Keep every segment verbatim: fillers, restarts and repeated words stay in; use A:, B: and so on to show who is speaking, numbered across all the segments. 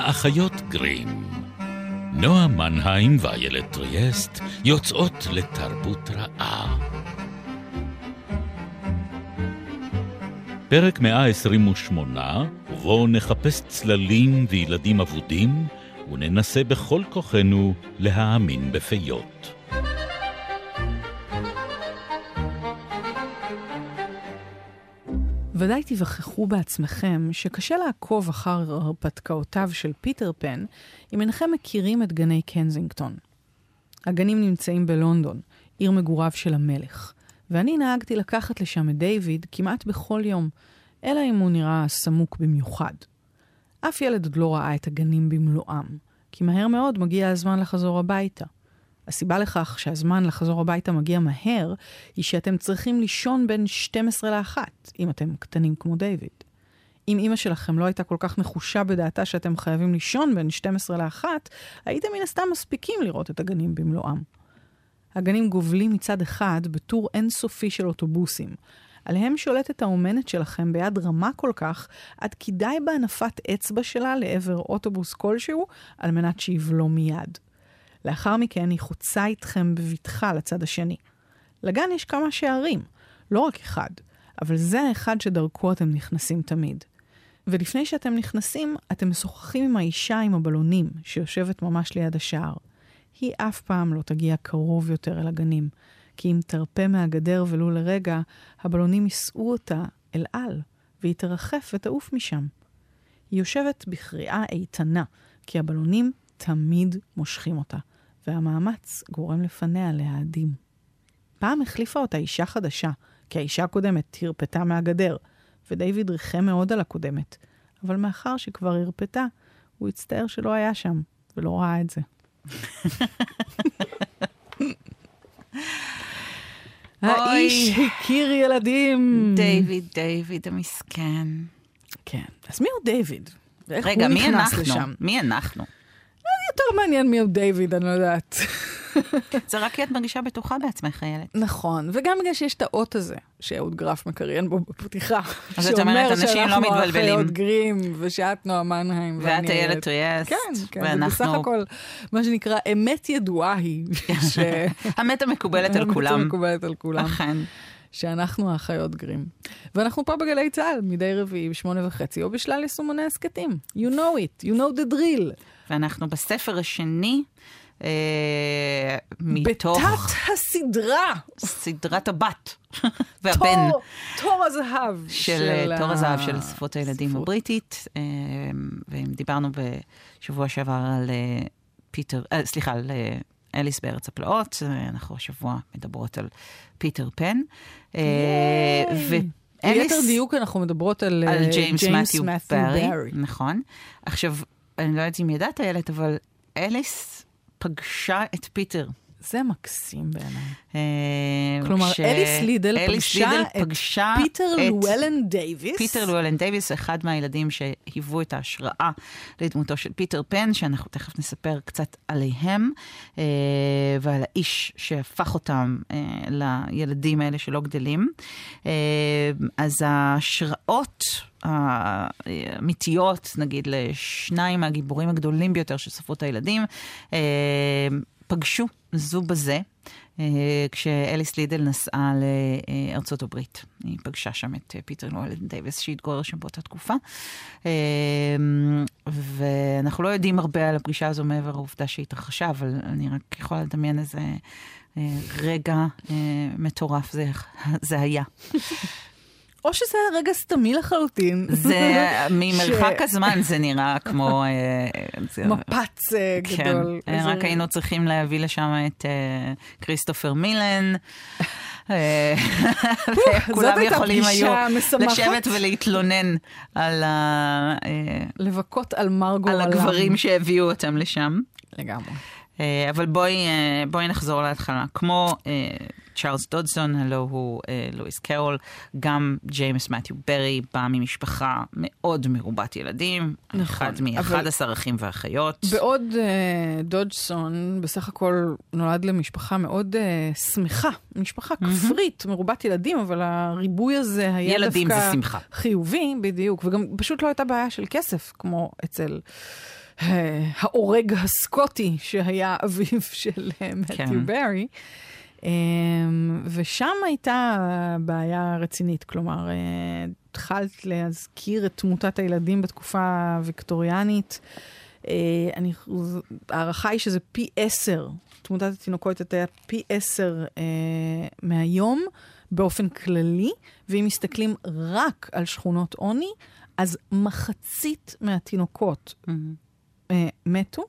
A: האחיות גרים. נועה מנהיים ואיילת טריאסט יוצאות לתרבות רעה. פרק מאה עשרים ושמונה, ובו נחפש צללים וילדים אבודים, וננסה בכל כוחנו להאמין בפיות.
B: ודאי תיווכחו בעצמכם שקשה לעקוב אחר הרפתקאותיו של פיטר פן אם אינכם מכירים את גני קנזינגטון. הגנים נמצאים בלונדון, עיר מגוריו של המלך, ואני נהגתי לקחת לשם את דיוויד כמעט בכל יום, אלא אם הוא נראה סמוק במיוחד. אף ילד עוד לא ראה את הגנים במלואם, כי מהר מאוד מגיע הזמן לחזור הביתה. הסיבה לכך שהזמן לחזור הביתה מגיע מהר, היא שאתם צריכים לישון בין שתים עשרה לאחת, אם אתם קטנים כמו דיוויד. אם אמא שלכם לא הייתה כל כך נחושה בדעתה שאתם חייבים לישון בין שתים עשרה לאחת, הייתם מן הסתם מספיקים לראות את הגנים במלואם. הגנים גובלים מצד אחד בטור אינסופי של אוטובוסים. עליהם שולטת האומנת שלכם ביד רמה כל כך, עד כדאי בהנפת אצבע שלה לעבר אוטובוס כלשהו, על מנת שיבלום מיד. לאחר מכן היא חוצה איתכם בבטחה לצד השני. לגן יש כמה שערים, לא רק אחד, אבל זה האחד שדרכו אתם נכנסים תמיד. ולפני שאתם נכנסים, אתם משוחחים עם האישה עם הבלונים, שיושבת ממש ליד השער. היא אף פעם לא תגיע קרוב יותר אל הגנים, כי אם תרפה מהגדר ולו לרגע, הבלונים יישאו אותה אל על, והיא תרחף ותעוף משם. היא יושבת בקריאה איתנה, כי הבלונים תמיד מושכים אותה, והמאמץ גורם לפניה להאדים. פעם החליפה אותה אישה חדשה, כי האישה הקודמת הרפתה מהגדר, ודייוויד ריחם מאוד על הקודמת, אבל מאחר שכבר הרפתה, הוא הצטער שלא היה שם, ולא ראה את זה. האיש הכיר ילדים.
C: דיוויד, דיוויד המסכן.
B: כן. אז מי הוא דיוויד?
C: רגע, מי אנחנו? מי אנחנו?
B: יותר מעניין מי הוא דיוויד, אני לא יודעת.
C: זה רק כי את מרגישה בטוחה בעצמך, איילת.
B: נכון, וגם בגלל שיש את האות הזה, שאהוד גרף מקריין בו בפתיחה.
C: אז את אומרת, אנשים לא מתבלבלים.
B: שאנחנו אחיות גרים, ושאת נועה מנהיים.
C: ואת איילת טריאסט.
B: כן, כן, זה בסך הכל, מה שנקרא, אמת ידועה היא.
C: האמת המקובלת על כולם.
B: האמת המקובלת על כולם.
C: אכן.
B: שאנחנו האחיות גרים. ואנחנו פה בגלי צהל, מדי רביעי בשמונה וחצי, או בשלל יישומוני הסקטים. You know it, you know the drill.
C: ואנחנו בספר השני, אה, מתוך...
B: בתת הסדרה.
C: סדרת הבת. והבן.
B: תור, תור הזהב.
C: של, של תור הזהב של ספרות הילדים ספרות. הבריטית. אה, ודיברנו בשבוע שעבר על אה, פיטר, אה, סליחה, על... אה, אליס בארץ הפלאות, אנחנו השבוע מדברות על פיטר פן.
B: ליתר דיוק אנחנו מדברות על
C: ג'יימס מתיו ברי. נכון. עכשיו, אני לא יודעת אם ידעת, איילת, אבל אליס פגשה את פיטר.
B: זה מקסים בעיניי. כלומר, אליס לידל פגשה את פיטר לואלן דייביס.
C: פיטר לואלן דייביס, אחד מהילדים שהיוו את ההשראה לדמותו של פיטר פן, שאנחנו תכף נספר קצת עליהם, ועל האיש שהפך אותם לילדים האלה שלא גדלים. אז ההשראות האמיתיות, נגיד, לשניים מהגיבורים הגדולים ביותר של ספרות הילדים, פגשו זו בזה, כשאליס לידל נסעה לארצות הברית. היא פגשה שם את פיטר לואלן דייביס, שהתגורר שם באותה תקופה. ואנחנו לא יודעים הרבה על הפגישה הזו מעבר העובדה שהיא התרחשה, אבל אני רק יכולה לדמיין איזה רגע מטורף זה היה.
B: או שזה רגע סתמי לחלוטין.
C: זה, ממרחק הזמן זה נראה כמו...
B: מפץ גדול.
C: כן, רק היינו צריכים להביא לשם את כריסטופר מילן. כולם יכולים היו לשבת ולהתלונן על ה...
B: לבכות על מרגו
C: על הגברים שהביאו אותם לשם.
B: לגמרי.
C: אבל בואי, בואי נחזור להתחלה. כמו צ'ארלס דודסון, הלו הוא לואיס קרול, גם ג'יימס מתיו ברי בא ממשפחה מאוד מרובת ילדים, אחד מ-אחד עשר אחים ואחיות.
B: בעוד דודסון בסך הכל נולד למשפחה מאוד שמחה, משפחה כפרית, מרובת ילדים, אבל הריבוי הזה היה דווקא...
C: ילדים זה שמחה.
B: חיובי, בדיוק, וגם פשוט לא הייתה בעיה של כסף, כמו אצל... האורג הסקוטי שהיה אביו של מתיו ברי. ושם הייתה בעיה רצינית, כלומר, התחלת להזכיר את תמותת הילדים בתקופה הוויקטוריאנית. אני, הערכה היא שזה פי עשר, תמותת התינוקות הייתה פי עשר מהיום, באופן כללי, ואם מסתכלים רק על שכונות עוני, אז מחצית מהתינוקות mm-hmm. מתו,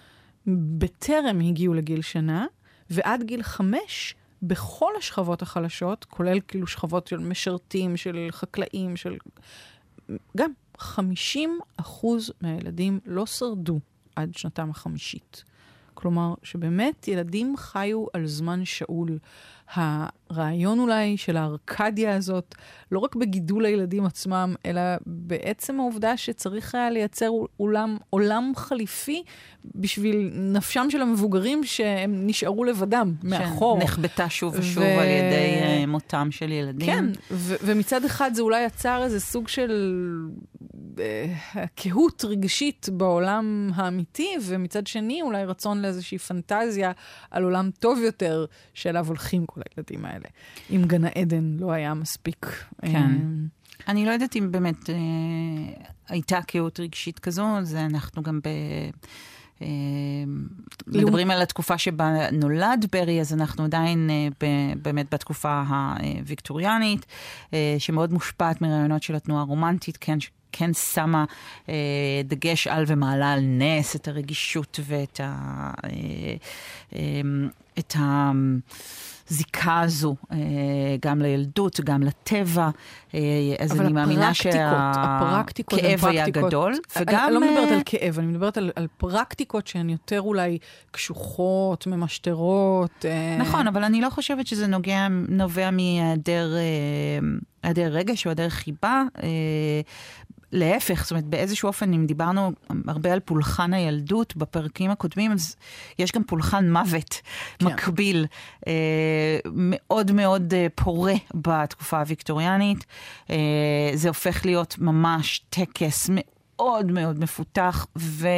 B: בטרם הגיעו לגיל שנה, ועד גיל חמש, בכל השכבות החלשות, כולל כאילו שכבות של משרתים, של חקלאים, של... גם חמישים אחוז מהילדים לא שרדו עד שנתם החמישית. כלומר, שבאמת ילדים חיו על זמן שאול. הרעיון אולי של הארקדיה הזאת, לא רק בגידול הילדים עצמם, אלא בעצם העובדה שצריך היה לייצר עולם, עולם חליפי בשביל נפשם של המבוגרים שהם נשארו לבדם מאחור.
C: שנחבטה שוב ושוב ו... על ידי uh, מותם של ילדים.
B: כן, ו- ומצד אחד זה אולי יצר איזה סוג של uh, קהות רגשית בעולם האמיתי, ומצד שני אולי רצון לאיזושהי פנטזיה על עולם טוב יותר שאליו הולכים כל הילדים האלה. אם גן העדן לא היה מספיק.
C: כן. אני לא יודעת אם באמת אה, הייתה קהות רגשית כזו, זה אנחנו גם ב... אה, מדברים על התקופה שבה נולד ברי, אז אנחנו עדיין אה, ב, באמת בתקופה הוויקטוריאנית, אה, שמאוד מושפעת מרעיונות של התנועה הרומנטית, כן, כן שמה אה, דגש על ומעלה על נס, את הרגישות ואת ה... אה, אה, את ה... זיקה הזו, גם לילדות, גם לטבע, אז אני מאמינה שהכאב היה גדול.
B: אני לא מדברת על כאב, אני מדברת על פרקטיקות שהן יותר אולי קשוחות, ממשטרות.
C: נכון, אבל אני לא חושבת שזה נובע מהיעדר רגש או היעדר חיבה. להפך, זאת אומרת, באיזשהו אופן, אם דיברנו הרבה על פולחן הילדות בפרקים הקודמים, אז יש גם פולחן מוות כן. מקביל, אה, מאוד מאוד אה, פורה בתקופה הוויקטוריאנית. אה, זה הופך להיות ממש טקס מאוד מאוד מפותח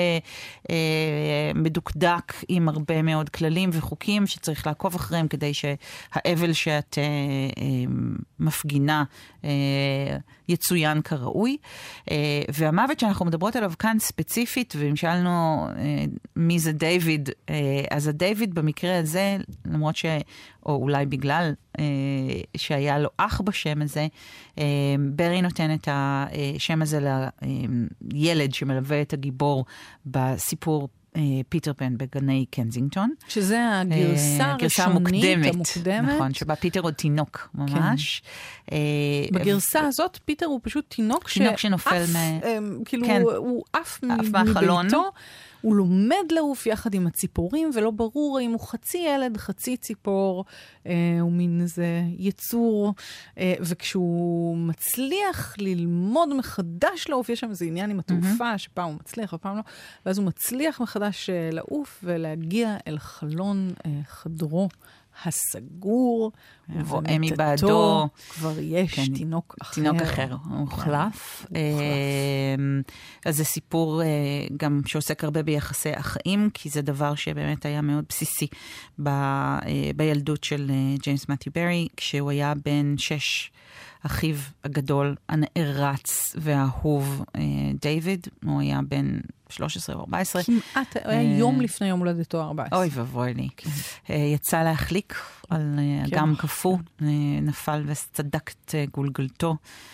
C: ומדוקדק עם הרבה מאוד כללים וחוקים שצריך לעקוב אחריהם כדי שהאבל שאת מפגינה יצוין כראוי. והמוות שאנחנו מדברות עליו כאן ספציפית, ואם שאלנו מי זה דיוויד, אז הדיוויד במקרה הזה, למרות ש... או אולי בגלל שהיה לו אח בשם הזה, ברי נותן את השם הזה לילד שמלווה את הגיבור בסיפור פיטר פן בגני קנזינגטון.
B: שזה הגרסה הראשונית המוקדמת.
C: נכון, שבה פיטר עוד תינוק ממש.
B: בגרסה הזאת פיטר הוא פשוט תינוק
C: שנופל
B: כאילו הוא עף מביתו. הוא לומד לעוף יחד עם הציפורים, ולא ברור אם הוא חצי ילד, חצי ציפור, אה, הוא מין איזה יצור, אה, וכשהוא מצליח ללמוד מחדש לעוף, יש שם איזה עניין עם התעופה, mm-hmm. שפעם הוא מצליח ופעם לא, ואז הוא מצליח מחדש אה, לעוף, ולהגיע אל חלון אה, חדרו הסגור,
C: ומבעדו
B: כבר יש כן, תינוק אחר.
C: תינוק אחר, הוא הוחלף. אז זה סיפור גם שעוסק הרבה ביחסי החיים, כי זה דבר שבאמת היה מאוד בסיסי ב, בילדות של ג'יימס מתיו ברי, כשהוא היה בן שש, אחיו הגדול, הנערץ והאהוב דיוויד, הוא היה בן שלוש עשרה ו-ארבע עשרה.
B: כמעט, הוא היה יום לפני יום הולדתו ארבע עשרה.
C: אוי ובוי לי. יצא להחליק על אגם קפוא, נפל וצדק את גולגלתו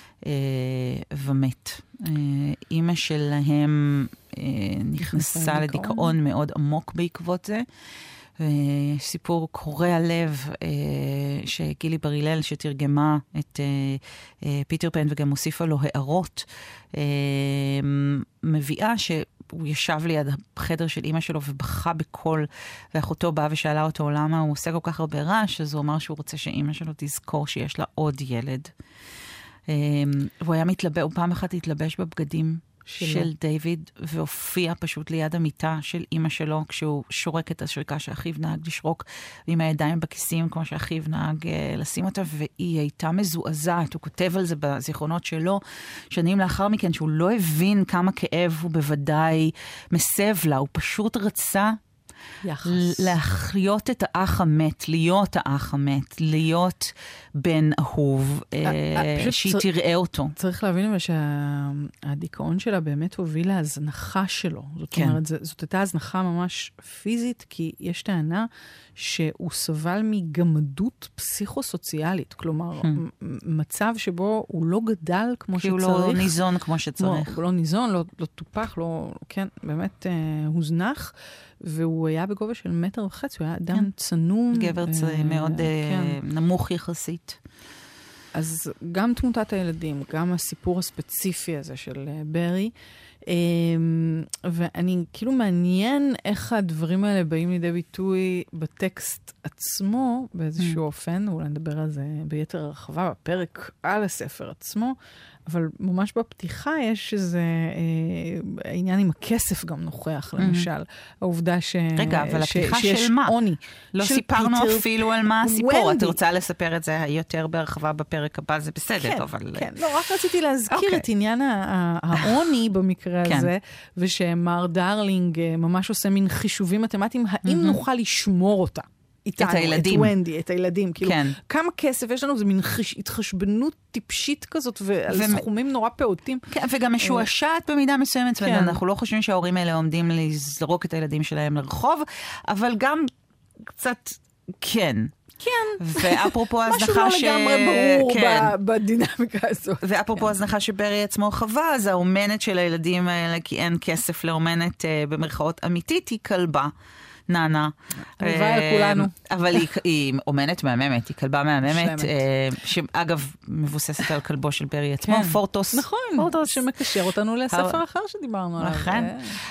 C: ומת. אמא שלהם נכנסה לדיכאון מאוד עמוק בעקבות זה. סיפור קורע לב שגילי בר-הלל שתרגמה את פיטר פן וגם הוסיפה לו הערות, מביאה שהוא ישב ליד החדר של אמא שלו ובכה בקול, ואחותו באה ושאלה אותו למה הוא עושה כל כך הרבה רעש, אז הוא אמר שהוא רוצה שאמא שלו תזכור שיש לה עוד ילד. הוא היה מתלבש, הוא פעם אחת התלבש בבגדים של, של דיוויד, והופיע פשוט ליד המיטה של אמא שלו, כשהוא שורק את השריקה שאחיו נהג לשרוק, ועם הידיים בכיסים, כמו שאחיו נהג אה, לשים אותה, והיא הייתה מזועזעת. הוא כותב על זה בזיכרונות שלו, שנים לאחר מכן, שהוא לא הבין כמה כאב הוא בוודאי מסב לה, הוא פשוט רצה יחס. להחיות את האח המת, להיות האח המת, להיות בן אהוב, אה, שהיא צר... תראה אותו.
B: צריך להבין שהדיכאון שלה באמת הוביל להזנחה שלו. זאת כן. אומרת, זאת הייתה הזנחה ממש פיזית, כי יש טענה שהוא סבל מגמדות פסיכוסוציאלית. כלומר, hmm. מצב שבו הוא לא גדל כמו
C: כי
B: שצריך.
C: כי הוא לא ניזון כמו שצריך.
B: לא, הוא לא ניזון, לא, לא טופח, לא, כן, באמת אה, הוזנח. והוא היה בגובה של מטר וחצי, הוא היה אדם כן. צנום.
C: גבר צנום, מאוד כן. נמוך יחסית.
B: אז גם תמותת הילדים, גם הסיפור הספציפי הזה של ברי, ואני כאילו מעניין איך הדברים האלה באים לידי ביטוי בטקסט עצמו, באיזשהו mm. אופן, אולי נדבר על זה ביתר הרחבה, בפרק על הספר עצמו, אבל ממש בפתיחה יש איזה אה, עניין עם הכסף גם נוכח, למשל. Mm-hmm. העובדה ש...
C: רגע, אבל
B: ש...
C: הפתיחה
B: שיש
C: של מה?
B: עוני.
C: לא
B: של
C: סיפרנו
B: פיטר
C: אפילו על מה הסיפור.
B: ונדי.
C: את רוצה לספר את זה יותר בהרחבה בפרק הבא, זה בסדר,
B: כן,
C: אבל...
B: כן, לא, רק רציתי להזכיר
C: okay.
B: את עניין העוני במקרה
C: כן.
B: הזה, ושמר דארלינג ממש עושה מין חישובים מתמטיים, האם mm-hmm. נוכל לשמור אותה? איתנו,
C: את הילדים.
B: את ונדי, את הילדים. כאילו,
C: כן.
B: כמה כסף יש לנו, זה מין חש... התחשבנות טיפשית כזאת, ועל ו... סכומים נורא פעוטים.
C: כן, וגם משועשעת במידה מסוימת, כן. ואנחנו לא חושבים שההורים האלה עומדים לזרוק את הילדים שלהם לרחוב, אבל גם קצת כן.
B: כן.
C: ואפרופו ההזנחה ש...
B: משהו לא לגמרי ברור כן. בדינמיקה הזאת.
C: ואפרופו ההזנחה שברי עצמו חווה, אז האומנת של הילדים האלה, כי אין כסף לאומנת במרכאות אמיתית, היא כלבה. נאנה.
B: הלוואי על כולנו.
C: אבל היא, היא אומנת מהממת, היא כלבה מהממת, שאגב מבוססת על כלבו של ברי עצמו, כן. פורטוס.
B: נכון, פורטוס שמקשר אותנו לספר אחר שדיברנו עליו.
C: נכון.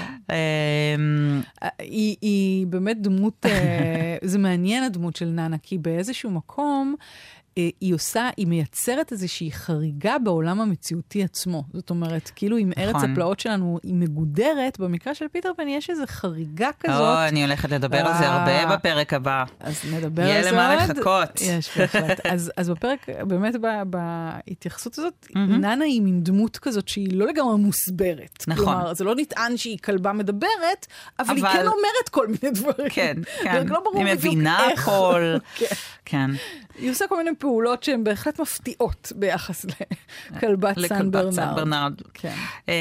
B: היא, היא באמת דמות, זה מעניין הדמות של נאנה, כי באיזשהו מקום, היא עושה, היא מייצרת איזושהי חריגה בעולם המציאותי עצמו. זאת אומרת, כאילו אם ארץ הפלאות שלנו היא מגודרת, במקרה של פיטר פן יש איזו חריגה כזאת.
C: או, אני הולכת לדבר על זה הרבה בפרק הבא.
B: אז נדבר על זה עוד.
C: יהיה למה לחכות.
B: יש בהחלט. אז בפרק, באמת בהתייחסות הזאת, נאנה היא מין דמות כזאת שהיא לא לגמרי מוסברת.
C: נכון.
B: כלומר, זה לא נטען שהיא כלבה מדברת, אבל היא כן אומרת כל מיני דברים.
C: כן, כן. היא מבינה הכל. כן.
B: היא עושה כל מיני פעולות שהן בהחלט מפתיעות ביחס לכלבת סן ברנרד.
C: לכלבת סן ברנרד.
B: כן.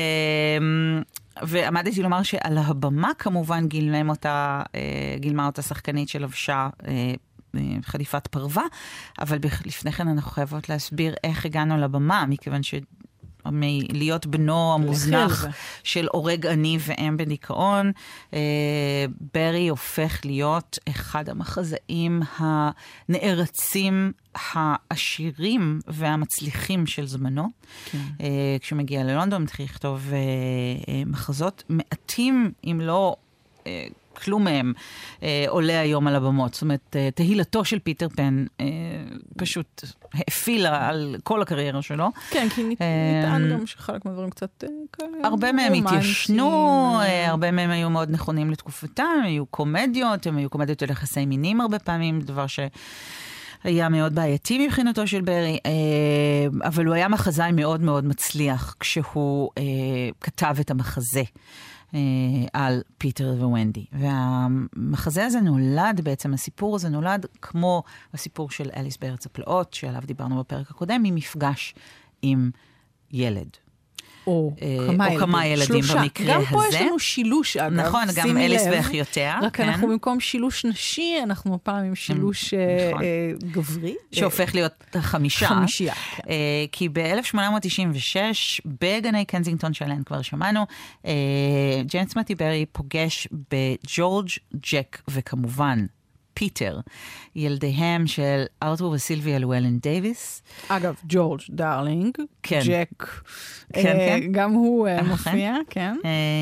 C: ועמדתי לומר שעל הבמה כמובן גילמה אותה, גילמה אותה שחקנית שלבשה חליפת פרווה, אבל לפני כן אנחנו חייבות להסביר איך הגענו לבמה, מכיוון ש... מלהיות בנו המוזנח של הורג עני ואם בדיכאון, ברי הופך להיות אחד המחזאים הנערצים, העשירים והמצליחים של זמנו. כן. כשהוא מגיע ללונדון, מתחיל לכתוב מחזות מעטים, אם לא... כלום מהם אה, עולה היום על הבמות. זאת אומרת, אה, תהילתו של פיטר פן אה, פשוט האפילה על כל הקריירה שלו.
B: כן, כי נת, אה, נטען גם שחלק מהדברים קצת... אה,
C: הרבה מהם התיישנו, אה, הרבה מהם היו מאוד נכונים לתקופתם, הם היו קומדיות, הם היו קומדיות של יחסי מינים הרבה פעמים, דבר ש... היה מאוד בעייתי מבחינתו של ברי, אבל הוא היה מחזאי מאוד מאוד מצליח כשהוא כתב את המחזה. על פיטר וונדי. והמחזה הזה נולד, בעצם הסיפור הזה נולד כמו הסיפור של אליס בארץ הפלאות, שעליו דיברנו בפרק הקודם, ממפגש עם ילד.
B: או
C: כמה ילדים במקרה הזה.
B: גם פה יש לנו שילוש, אגב.
C: נכון, גם אליס ואחיותיה.
B: רק אנחנו במקום שילוש נשי, אנחנו הפעם עם שילוש גברי.
C: שהופך להיות חמישה.
B: חמישייה.
C: כי ב-אלף שמונה מאות תשעים ושש, בגני קנזינגטון שלהם כבר שמענו, ג'יימס מאטי ברי פוגש בג'ורג', ג'ק וכמובן פיטר, ילדיהם של ארתור וסילביה לואלן דייביס.
B: אגב, ג'ורג' דארלינג,
C: כן.
B: ג'ק,
C: כן,
B: אה,
C: כן.
B: גם הוא אה, מופיע, כן.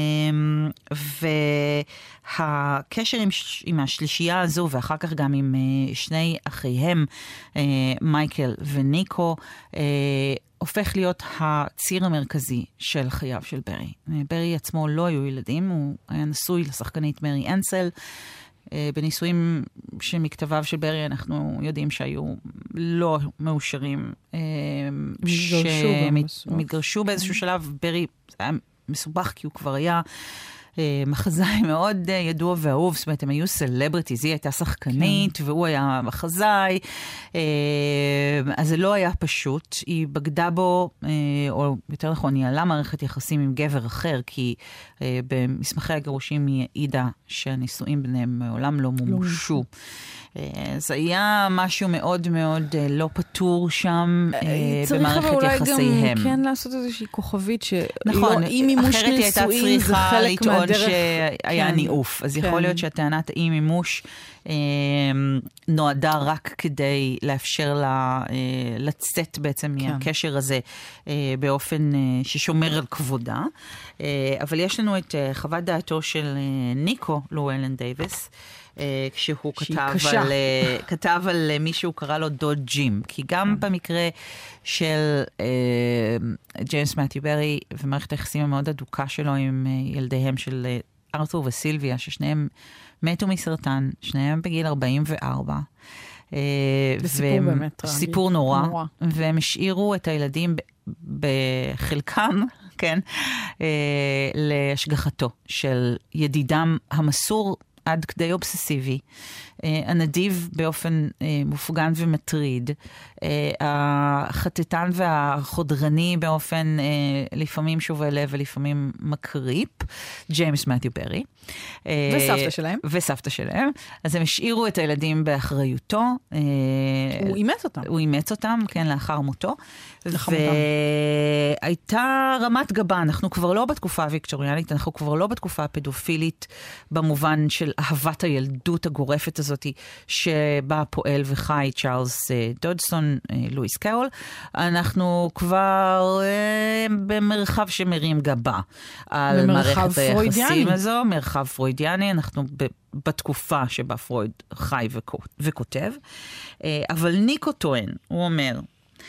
C: והקשר עם, עם השלישייה הזו, ואחר כך גם עם uh, שני אחיהם, uh, מייקל וניקו, uh, הופך להיות הציר המרכזי של חייו של ברי. ברי עצמו לא היו ילדים, הוא היה נשוי לשחקנית מרי אנסל, בנישואים שמכתביו של ברי אנחנו יודעים שהיו לא מאושרים, שמתגרשו באיזשהו שלב. ברי היה מסובך כי הוא כבר היה מחזאי מאוד ידוע ואהוב, זאת אומרת, הם היו סלבריטיז, היא הייתה שחקנית, כן. והוא היה מחזאי, אז זה לא היה פשוט. היא בגדה בו, או יותר נכון, היא עלה מערכת יחסים עם גבר אחר, כי במסמכי הגירושים היא העידה שהנישואים ביניהם מעולם לא מומשו. זה היה משהו מאוד מאוד לא פתור שם במערכת יחסיהם.
B: צריך אולי גם כן לעשות איזושהי כוכבית
C: נכון,
B: אי מימוש נישואים זה חלק מהדרך.
C: שהיה ניעוף. אז יכול להיות שהטענת אי מימוש נועדה רק כדי לאפשר לה לצאת בעצם מהקשר הזה באופן ששומר על כבודה. אבל יש לנו את חוות דעתו של ניקו לואלן דייביס, כשהוא כתב על, כתב על מי שהוא קרא לו דוד ג'ים. כי גם במקרה של ג'יימס מתיו ברי ומערכת היחסים המאוד אדוקה שלו עם ילדיהם של ארתור וסילביה, ששניהם מתו מסרטן, שניהם בגיל ארבעים וארבע.
B: זה סיפור באמת טרגי.
C: סיפור נורא. נורא. והם השאירו את הילדים בחלקם, כן, להשגחתו של ידידם המסור עד כדי אובססיבי, הנדיב באופן מופגן ומטריד, החטטן והחודרני באופן לפעמים שובה לב ולפעמים מקריפ, ג'יימס מתיו ברי.
B: וסבתא שלהם.
C: וסבתא שלהם. אז הם השאירו את הילדים באחריותו.
B: הוא אימץ אותם.
C: הוא אימץ אותם, כן, לאחר מותו. והייתה רמת גבה, אנחנו כבר לא בתקופה הוויקטוריאנית, אנחנו כבר לא בתקופה הפדופילית, במובן של אהבת הילדות הגורפת הזאת, שבה פועל וחי צ'ארלס דודסון, לואיס קרול. אנחנו כבר במרחב שמרים גבה על מערכת היחסים הזו, מרחב פרוידיאני, אנחנו בתקופה שבה פרויד חי וכותב. אבל ניקו טוען, הוא אומר,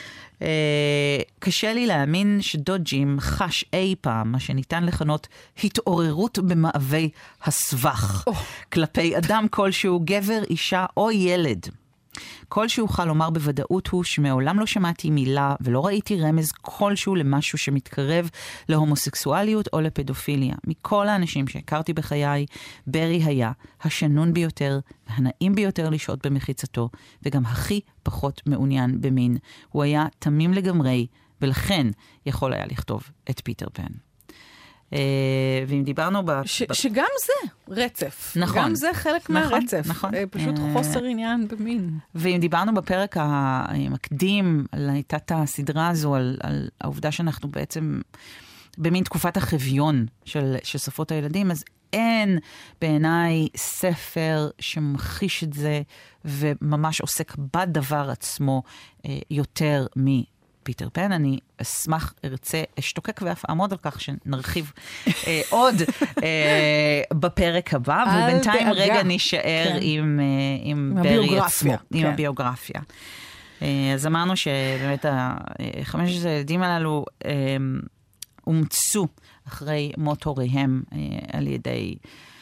C: קשה לי להאמין שדוד ג'ים חש אי פעם מה שניתן לכנות התעוררות במאווי הסבך oh. כלפי אדם כלשהו, גבר, אישה או ילד. כל שאוכל לומר בוודאות הוא שמעולם לא שמעתי מילה ולא ראיתי רמז כלשהו למשהו שמתקרב להומוסקסואליות או לפדופיליה. מכל האנשים שהכרתי בחיי, ברי היה השנון ביותר, הנעים ביותר לשהות במחיצתו, וגם הכי פחות מעוניין במין. הוא היה תמים לגמרי, ולכן יכול היה לכתוב את פיטר פן. ואם דיברנו ב...
B: ש, ב... שגם זה רצף.
C: נכון.
B: גם זה חלק
C: נכון,
B: מהרצף.
C: נכון.
B: פשוט חוסר עניין במין.
C: ואם דיברנו בפרק המקדים, על הייתה הסדרה הזו, על, על העובדה שאנחנו בעצם במין תקופת החביון של, של שפות הילדים, אז אין בעיניי ספר שמחיש את זה, וממש עוסק בדבר עצמו יותר מ... פיטר פן. אני אשמח, ארצה, אשתוקק ואף אעמוד על כך שנרחיב אה, עוד אה, בפרק הבא, ובינתיים דאגה. רגע נשאר כן. עם, אה, עם ברי עצמו, כן. עם הביוגרפיה. אה, אז אמרנו שבאמת החמשת הילדים הללו אה, אומצו אחרי מות הוריהם אה, על ידי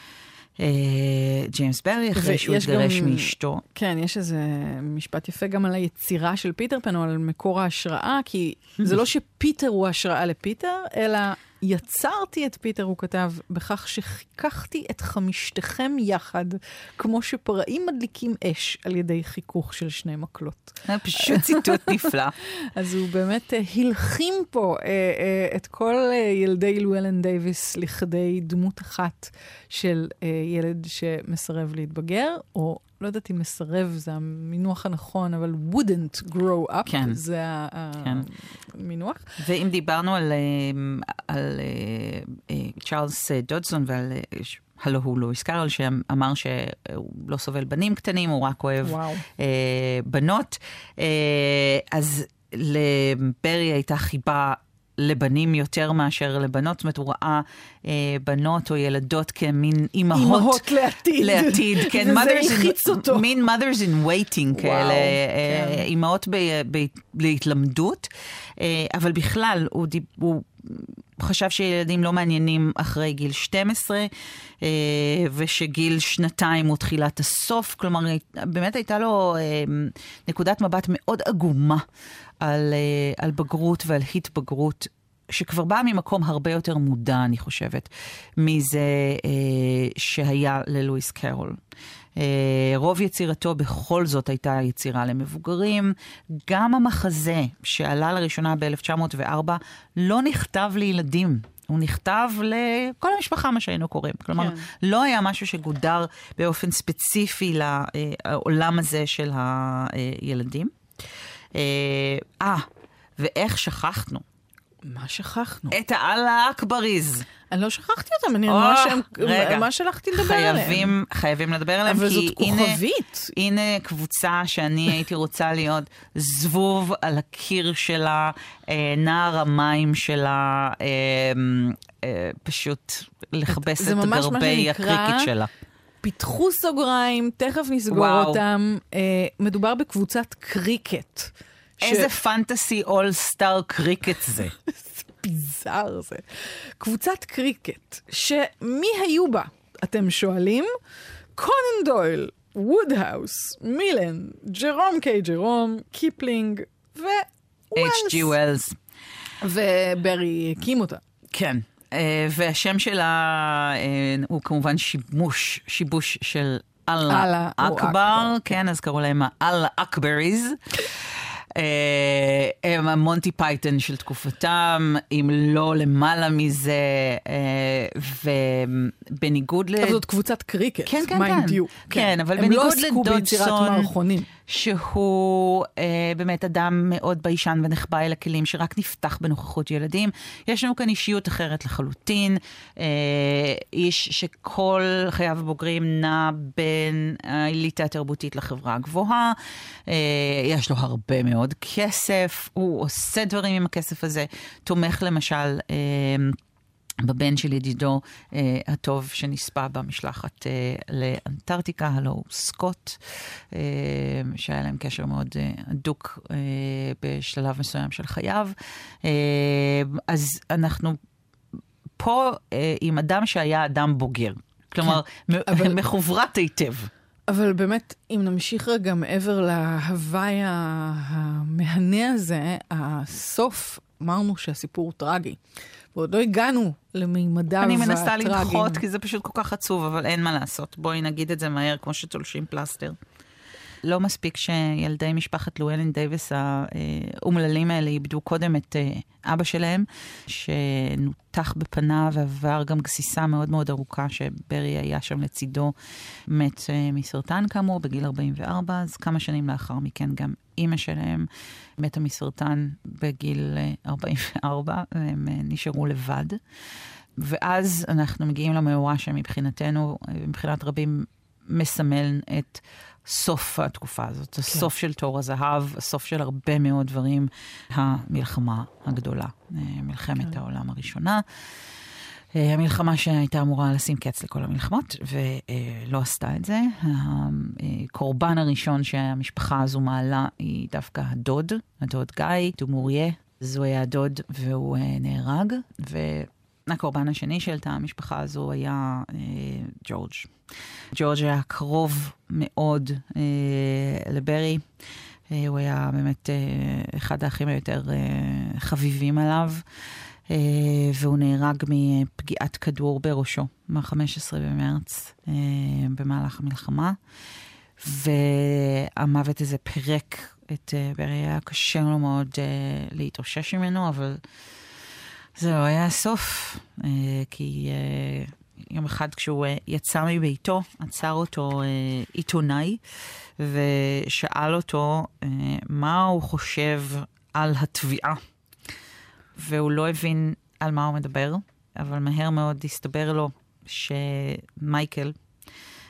C: ג'יימס ברי, אחרי שהוא התגרש מאשתו.
B: כן, יש איזה משפט יפה גם על היצירה של פיטר פן, או על מקור ההשראה, כי זה לא שפיטר הוא השראה לפיטר, אלא יצרתי את פיטר, הוא כתב, בכך שחיככתי את חמישתכם יחד, כמו שפראים מדליקים אש על ידי חיכוך של שני מקלות.
C: פשוט ציטוט נפלא.
B: אז הוא באמת הלחים פה את כל ילדי לואלן דייביס לכדי דמות אחת של ילד שמסרב להתבגר, או לא יודעת אם מסרב, זה המינוח הנכון, אבל wouldn't grow up,
C: כן.
B: זה המינוח.
C: ואם דיברנו על, על צ'ארלס דודסון ועל, הלו הוא לואיס קרול, שאמר שהוא לא סובל בנים קטנים, הוא רק אוהב וואו. בנות, אז לברי הייתה חיבה לבנים יותר מאשר לבנות, זאת אומרת, הוא ראה אה, בנות או ילדות כמין אימהות.
B: אימהות לעתיד.
C: לעתיד, כן.
B: וזה הלחיץ אותו.
C: מין mothers in waiting כאלה,
B: כן.
C: אה, אימהות ב, ב, להתלמדות, אה, אבל בכלל, הוא, דיב, הוא חשב שילדים לא מעניינים אחרי גיל שתים עשרה, אה, ושגיל שנתיים הוא תחילת הסוף, כלומר, באמת הייתה לו אה, נקודת מבט מאוד עגומה, על, uh, על בגרות ועל התבגרות, שכבר באה ממקום הרבה יותר מודע, אני חושבת, מזה uh, שהיה ללואיס קרול. Uh, רוב יצירתו בכל זאת הייתה יצירה למבוגרים. גם המחזה שעלה לראשונה ב-אלף תשע מאות וארבע לא נכתב לילדים. הוא נכתב לכל המשפחה, מה שהיינו קוראים. כלומר, כן. לא היה משהו שגודר באופן ספציפי לעולם הזה של הילדים. אה, ואיך שכחנו?
B: מה שכחנו?
C: את האללה אכבריז.
B: אני לא שכחתי אותם, אני ממש מה שלחתי לדבר עליהם.
C: חייבים לדבר עליהם,
B: אבל זאת כוכבית.
C: הנה קבוצה שאני הייתי רוצה להיות זבוב על הקיר שלה, נער המים שלה, פשוט לכבס את גרבי הקריקט שלה.
B: פיתחו סוגריים, תכף נסגור וואו. אותם. אה, מדובר בקבוצת קריקט.
C: איזה ש... פנטסי אול סטאר קריקט זה.
B: איזה ביזר זה. קבוצת קריקט, שמי היו בה? אתם שואלים? קונן דויל, וודהאוס, מילן, ג'רום קיי ג'רום, קיפלינג, ווולס.
C: אייץ' ג'י וולס.
B: וברי הקים אותה.
C: כן. Uh, והשם שלה uh, הוא כמובן שיבוש, שיבוש של אללה אכבר, כן, אז קראו להם האללה אכבריז. הם המונטי פייתון של תקופתם, אם לא למעלה מזה, ובניגוד ל...
B: אבל זאת קבוצת קריקט,
C: כן, כן, כן. כן, אבל בניגוד לדודסון, שהוא באמת אדם מאוד ביישן ונחבא אל הכלים, שרק נפתח בנוכחות ילדים. יש לנו כאן אישיות אחרת לחלוטין, איש שכל חייו הבוגרים נע בין האליטה התרבותית לחברה הגבוהה, יש לו הרבה מאוד כסף, הוא עושה דברים עם הכסף הזה, תומך למשל בבן של ידידו אה, הטוב שנספה במשלחת אה, לאנטארקטיקה, הלו הוא סקוט, אה, שהיה להם קשר מאוד אה, הדוק אה, בשלב מסוים של חייו. אה, אז אנחנו פה אה, עם אדם שהיה אדם בוגר, כלומר כן, מ- אבל... מחוברת היטב.
B: אבל באמת, אם נמשיך רגע מעבר להוואי המהנה הזה, הסוף אמרנו שהסיפור הוא טרגי. ועוד לא הגענו למימדיו
C: הטרגיים. אני מנסה לדחות, כי זה פשוט כל כך עצוב, אבל אין מה לעשות. בואי נגיד את זה מהר, כמו שתולשים פלסטר. לא מספיק שילדי משפחת לואלין דייביס האומללים האלה איבדו קודם את אבא שלהם, שנותח בפניו ועבר גם גסיסה מאוד מאוד ארוכה, שברי היה שם לצידו, מת מסרטן כאמור בגיל ארבעים וארבע, אז כמה שנים לאחר מכן גם אמא שלהם מתה מסרטן בגיל ארבעים וארבע, והם נשארו לבד. ואז אנחנו מגיעים למאורע שמבחינתנו, מבחינת רבים, מסמל את סוף התקופה הזאת, כן. הסוף של תור הזהב, הסוף של הרבה מאוד דברים, המלחמה הגדולה, מלחמת כן. העולם הראשונה. המלחמה שהייתה אמורה לשים קץ לכל המלחמות, ולא עשתה את זה. הקורבן הראשון שהמשפחה הזו מעלה היא דווקא הדוד, הדוד גיא, דומוריה. זו היה הדוד והוא נהרג, והקורבן השני שהעלתה המשפחה הזו היה ג'ורג'. ג'ורג' היה קרוב מאוד אה, לברי. אה, הוא היה באמת אה, אחד האחים היותר אה, חביבים עליו, אה, והוא נהרג מפגיעת כדור בראשו, מה-חמישה עשר במרץ, אה, במהלך המלחמה. והמוות הזה פירק את אה, ברי, היה קשה לו מאוד אה, להתאושש ממנו, אבל זה לא היה הסוף, אה, כי... אה, יום אחד כשהוא יצא מביתו, עצר אותו עיתונאי, ושאל אותו מה הוא חושב על התביעה. והוא לא הבין על מה הוא מדבר, אבל מהר מאוד הסתבר לו שמייקל,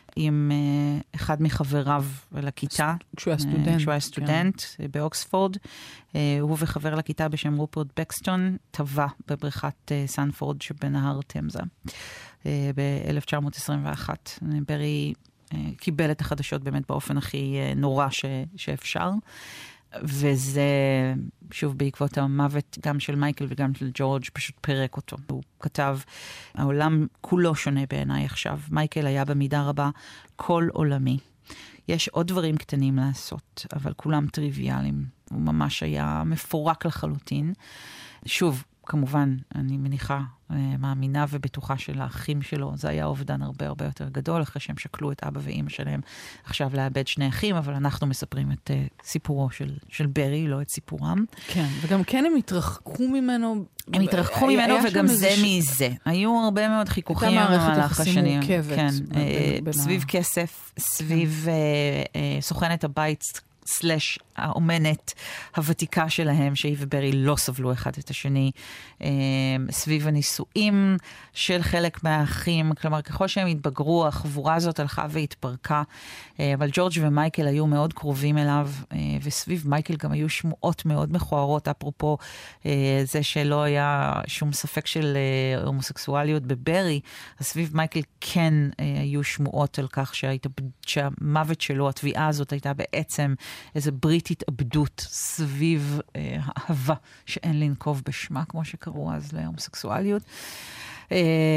C: עם uh, אחד מחבריו לכיתה.
B: כשהוא היה סטודנט.
C: כשהוא היה סטודנט כן. באוקספורד. Uh, הוא וחבר לכיתה בשם רופרט בקסטון, טבע בבריכת uh, סנפורד שבנהר תמזה. Uh, ב-אלף תשע מאות עשרים ואחת. ברי uh, קיבל את החדשות באמת באופן הכי uh, נורא ש- שאפשר. וזה, שוב, בעקבות המוות גם של מייקל וגם של ג'ורג' פשוט פרק אותו. הוא כתב, העולם כולו שונה בעיניי עכשיו. מייקל היה במידה רבה כל עולמי. יש עוד דברים קטנים לעשות, אבל כולם טריוויאליים. הוא ממש היה מפורק לחלוטין. שוב, כמובן, אני מניחה, מאמינה ובטוחה של האחים שלו, זה היה אובדן הרבה הרבה יותר גדול, אחרי שהם שקלו את אבא ואמא שלהם עכשיו לאבד שני אחים, אבל אנחנו מספרים את uh, סיפורו של, של ברי, לא את סיפורם.
B: כן, וגם כן הם התרחקו ממנו.
C: הם התרחקו ממנו וגם זה מזה. היו הרבה מאוד חיכוכים במהלך השנים.
B: כן,
C: סביב כסף, סביב סוכנת הבית, סלש האומנת הוותיקה שלהם, שהיא וברי לא סבלו אחד את השני, סביב הנישואים של חלק מהאחים, כלומר ככל שהם התבגרו, החבורה הזאת הלכה והתפרקה, אבל ג'ורג' ומייקל היו מאוד קרובים אליו, וסביב מייקל גם היו שמועות מאוד מכוערות, אפרופו זה שלא היה שום ספק של הומוסקסואליות בברי, אז סביב מייקל כן היו שמועות על כך שהמוות שלו, התביעה הזאת הייתה בעצם איזה ברית התאבדות סביב אה, האהבה שאין לנקוב בשמה, כמו שקראו אז להומוסקסואליות. אה,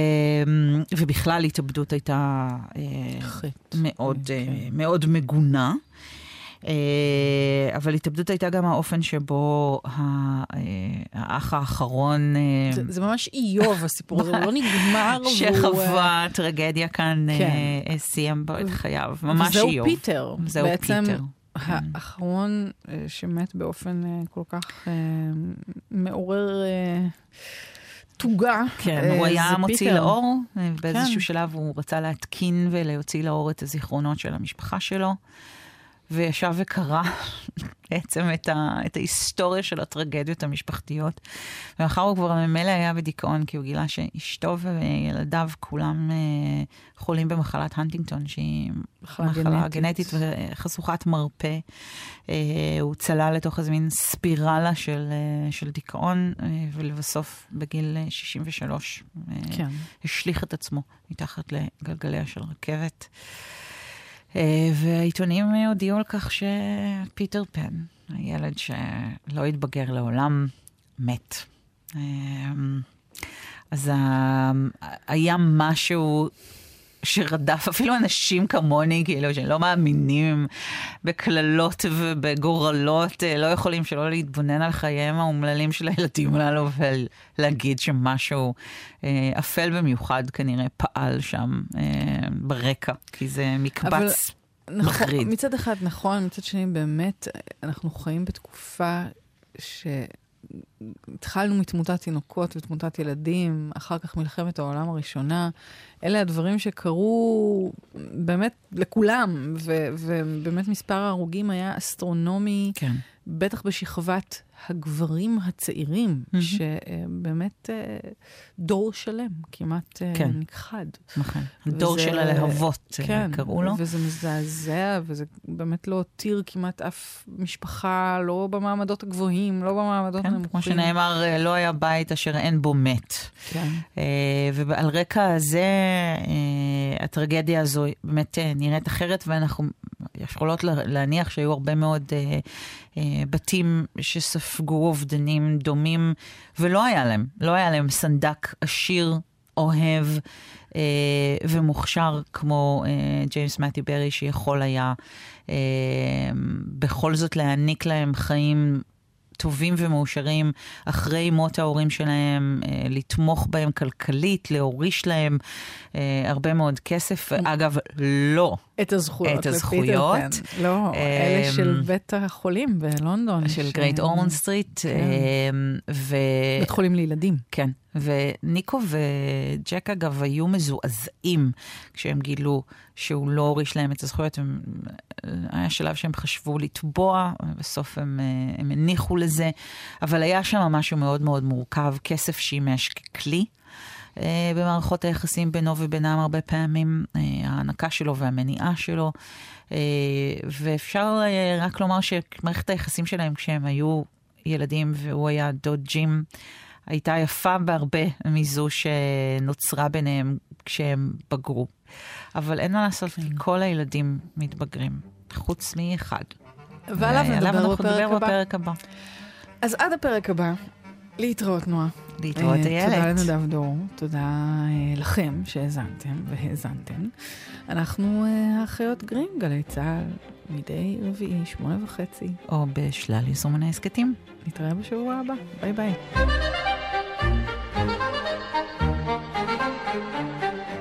C: ובכלל התאבדות הייתה אה, מאוד, אה, מאוד מגונה. אה, אבל התאבדות הייתה גם האופן שבו האח האחרון... אה,
B: זה, זה ממש איוב הסיפור הזה, הוא לא נגמר.
C: שחווה והוא... טרגדיה כאן כן. אה, סיים בו את חייו, ממש
B: וזהו
C: איוב.
B: פיטר.
C: זהו
B: בעצם...
C: פיטר.
B: האחרון שמת באופן כל כך מעורר תוגה.
C: כן, הוא היה מוציא לאור, באיזשהו שלב הוא רצה להתקין ולהוציא לאור את הזיכרונות של המשפחה שלו, וישב וקרא בעצם את, ה, את ההיסטוריה של הטרגדיות המשפחתיות. ואחר הוא כבר ממילא היה בדיכאון, כי הוא גילה שאשתו וילדיו כולם אה, חולים במחלת הנטינגטון, שהיא מחלה, מחלה גנטית וחשוכת מרפא. אה, הוא צלל לתוך איזה מין ספירלה של, אה, של דיכאון, אה, ולבסוף בגיל שישים ושלוש אה, כן. השליך את עצמו מתחת לגלגליה של רכבת. והעיתונים הודיעו על כך שפיטר פן, הילד שלא התבגר לעולם, מת. אז היה משהו שרדף אפילו אנשים כמוני, כאילו שלא מאמינים בכללות ובגורלות, לא יכולים שלא להתבונן על חייהם האומללים של הילדים הללו, ולהגיד שמשהו אה, אפל במיוחד כנראה פעל שם אה, ברקע, כי זה מקבץ מחריד.
B: נכון, מצד אחד נכון, מצד שני באמת, אנחנו חיים בתקופה ש... התחלנו מתמותת תינוקות ותמותת ילדים, אחר כך מלחמת העולם הראשונה. אלה הדברים שקרו באמת לכולם, ו- ובאמת מספר ההרוגים היה אסטרונומי, כן. בטח בשכבת הגברים הצעירים, mm-hmm. שבאמת דור שלם כמעט כן. נכחד.
C: נכון. דור וזה, של הלהבות,
B: כן,
C: קראו לו.
B: וזה מזעזע, וזה באמת לא הותיר כמעט אף משפחה, לא במעמדות הגבוהים, לא במעמדות
C: כן,
B: הנמוכים.
C: כמו שנאמר, לא היה בית אשר אין בו מת.
B: כן.
C: ועל רקע הזה, הטרגדיה הזו באמת נראית אחרת, ואנחנו יכולות להניח שהיו הרבה מאוד בתים שספגו אובדנים דומים, ולא היה להם, לא היה להם סנדק עשיר, אוהב ומוכשר כמו ג'יימס מתיו ברי, שיכול היה בכל זאת להעניק להם חיים טובים ומאושרים אחרי מות ההורים שלהם, לתמוך בהם כלכלית, להוריש להם הרבה מאוד כסף. אגב, לא
B: את הזכויות.
C: את הזכויות.
B: לא, אלה של בית החולים בלונדון.
C: של גרייט אורמונד סטריט.
B: בית חולים לילדים.
C: כן. וניקו וג'ק אגב היו מזועזעים כשהם גילו שהוא לא הוריש להם את הזכויות. היה שלב שהם חשבו לתבוע, בסוף הם, הם הניחו לזה, אבל היה שם משהו מאוד מאוד מורכב, כסף שימש ככלי במערכות היחסים בינו ובינם הרבה פעמים. ההענקה שלו והמניעה שלו. ואפשר רק לומר שמערכת היחסים שלהם כשהם היו ילדים והוא היה דוד ג'ים, הייתה יפה בהרבה מזו שנוצרה ביניהם כשהם בגרו. אבל אין מה לעשות, כי כל הילדים מתבגרים, חוץ מאחד.
B: ועליו נדבר בפרק הבא.
C: בפרק הבא.
B: אז עד הפרק הבא, להתראות נועה.
C: להתראות איילת.
B: תודה לנדב דור, תודה לכם שהאזנתם והאזנתם. אנחנו האחיות גרים, גלי צהל, מדי רביעי, שמונה וחצי.
C: או בשלל יישומני הסקטים.
B: נתראה בשבוע הבא. ביי ביי.